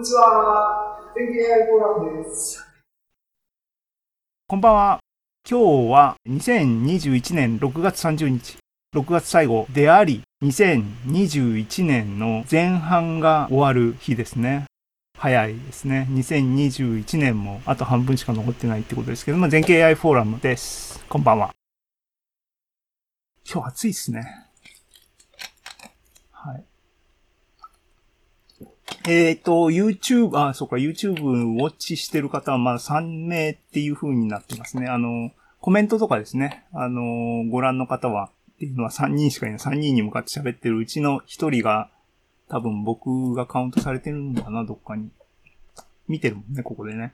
にちは。天気 AI フォーラムです。 こんばんは。今日は2021年6月30日、6月最後であり、2021年の前半が終わる日ですね。早いですね。2021年もあと半分しか残ってないってことですけども、全景 AI フォーラムです。こんばんは。今日暑いですね。はい。YouTube、そうか、YouTube ウォッチしてる方は、まあ、3名っていう風になってますね。コメントとかですね。ご覧の方は、っていうのは3人しかいない。3人に向かって喋ってるうちの1人が、多分僕がカウントされてるのかな、どっかに。見てるもんね、ここでね。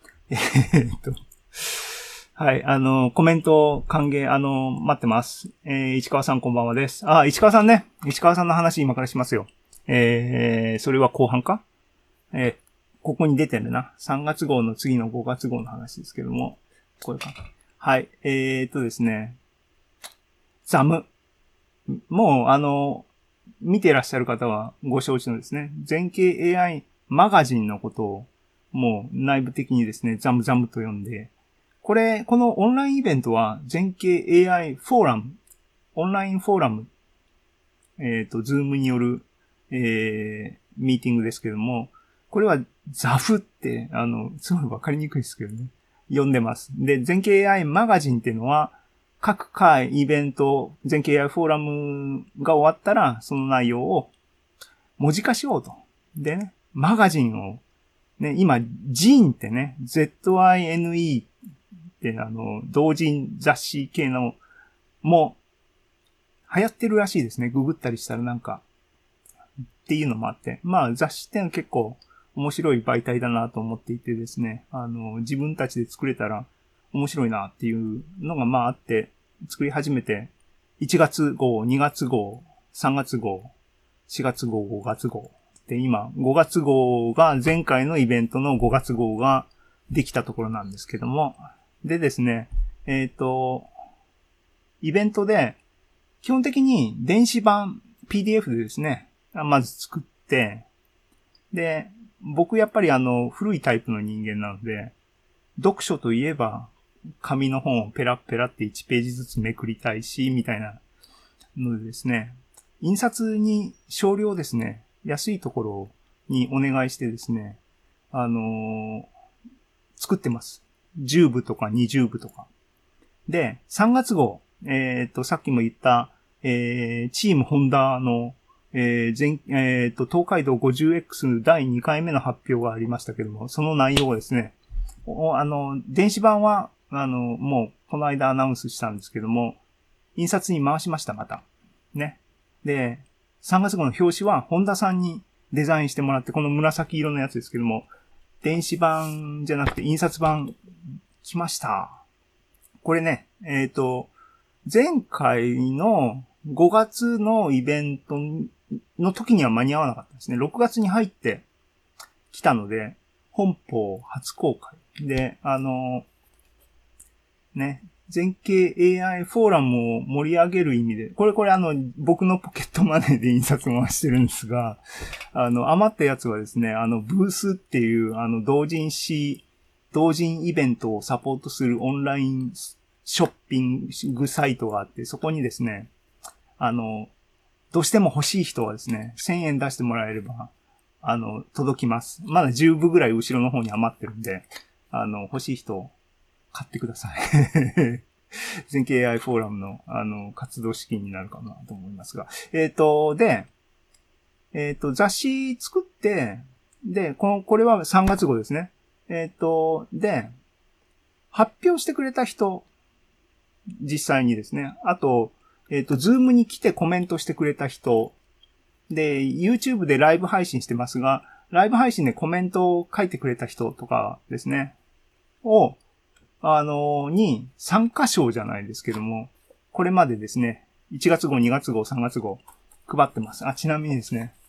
はい、コメント歓迎、待ってます。市川さんこんばんはです。市川さんね。市川さんの話今からしますよ。それは後半か？ここに出てるな。3月号の次の5月号の話ですけども。これか。はい。ですね。ザム。もう、見てらっしゃる方はご承知のですね。全景 AI マガジンのことを、もう内部的にですね、ザムと呼んで、このオンラインイベントは全景 AI フォーラム、オンラインフォーラム、ズームによる、ミーティングですけども、これはザフって、すごいわかりにくいですけどね。読んでます。で、全景 AI マガジンっていうのは、各回イベント、全景 AI フォーラムが終わったら、その内容を文字化しようと。でね、マガジンを、ね、今、ジンってね、ZINE って同人雑誌系の、も流行ってるらしいですね。ググったりしたらなんか、っていうのもあって。まあ雑誌ってのは結構面白い媒体だなと思っていてですね。自分たちで作れたら面白いなっていうのがまああって、作り始めて、1月号、2月号、3月号、4月号、5月号。で、今、5月号が前回のイベントの5月号ができたところなんですけども。でですね、イベントで、基本的に電子版 PDF でですね、まず作って、で、僕やっぱり古いタイプの人間なので、読書といえば、紙の本をペラペラって1ページずつめくりたいし、みたいなのでですね、印刷に少量ですね、安いところにお願いしてですね、作ってます。10部とか20部とか。で、3月号、さっきも言った、チームホンダの、東海道 50X 第2回目の発表がありましたけども、その内容をですね、電子版は、もう、この間アナウンスしたんですけども、印刷に回しました、また。ね。で、3月号の表紙は、ホンダさんにデザインしてもらって、この紫色のやつですけども、電子版じゃなくて印刷版来ました。これね、前回の5月のイベントの時には間に合わなかったですね。6月に入ってきたので、本邦初公開。で、ね、全景 AI フォーラムを盛り上げる意味で、これ僕のポケットマネーで印刷回してるんですが、余ったやつはですね、ブースっていう、同人イベントをサポートするオンラインショッピングサイトがあって、そこにですね、どうしても欲しい人はですね、1000円出してもらえれば、届きます。まだ10部ぐらい後ろの方に余ってるんで、欲しい人、買ってください。全景 AI フォーラムの、活動資金になるかなと思いますが。雑誌作って、で、これは3月号ですね。で、発表してくれた人、実際にですね。あと、ズームに来てコメントしてくれた人。で、YouTube でライブ配信してますが、ライブ配信でコメントを書いてくれた人とかですね。を、に参加賞じゃないですけども、これまでですね、1月号、2月号、3月号、配ってます。ちなみにですね、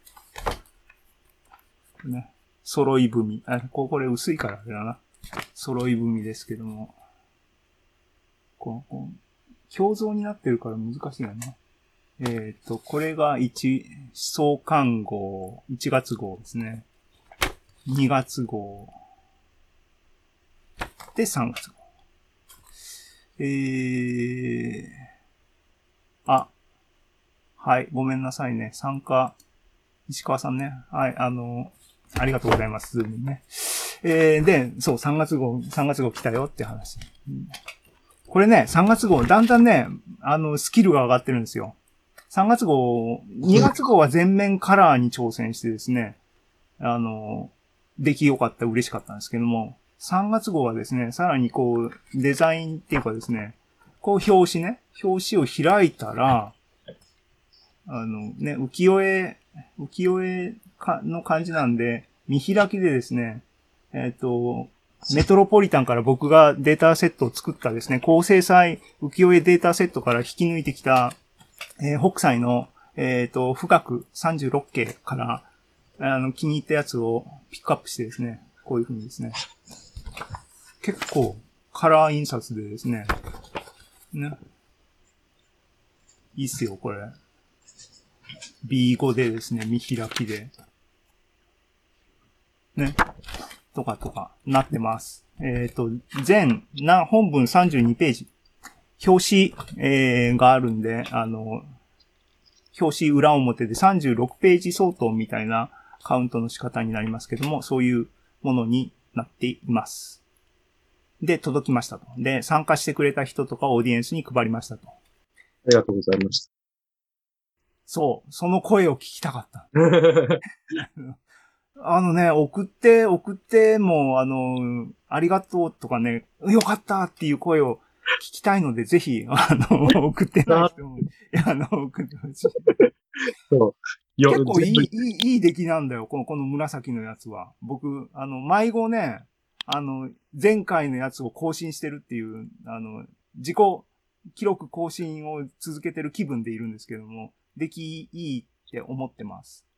揃い踏み。これ薄いからあれだな。揃い踏みですけども、表像になってるから難しいよね。これが創刊号、1月号ですね。 2月号。で、3月号。はい、ごめんなさいね。参加、石川さんね。はい、ありがとうございます。ズームね。で、そう、3月号来たよって話。これね、3月号、だんだんね、スキルが上がってるんですよ。3月号、2月号は全面カラーに挑戦してですね、出来良かった、嬉しかったんですけども、3月号はですね、さらにこう、デザインっていうかですね、こう表紙を開いたら、浮世絵の感じなんで、見開きでですね、メトロポリタンから僕がデータセットを作ったですね、高精細浮世絵データセットから引き抜いてきた、北斎の、富岳36系から、気に入ったやつをピックアップしてですね、こういう風にですね、結構カラー印刷でですね、いいっすよ、これ。B5 でですね、見開きで。ね。とか、なってます。本文32ページ。表紙、があるんで、表紙裏表で36ページ相当みたいなカウントの仕方になりますけども、そういうものになっています。で、届きましたと。で、参加してくれた人とかオーディエンスに配りましたと。 ありがとうございました。 そう、その声を聞きたかった。送っても、ありがとうとかね、よかったっていう声を聞きたいので、ぜひ、送ってない人も、送ってほしい。 そう。 結構いい出来なんだよ、この紫のやつは。僕、迷子ね、前回のやつを更新してるっていう、自己記録更新を続けてる気分でいるんですけども、出来いいって思ってます。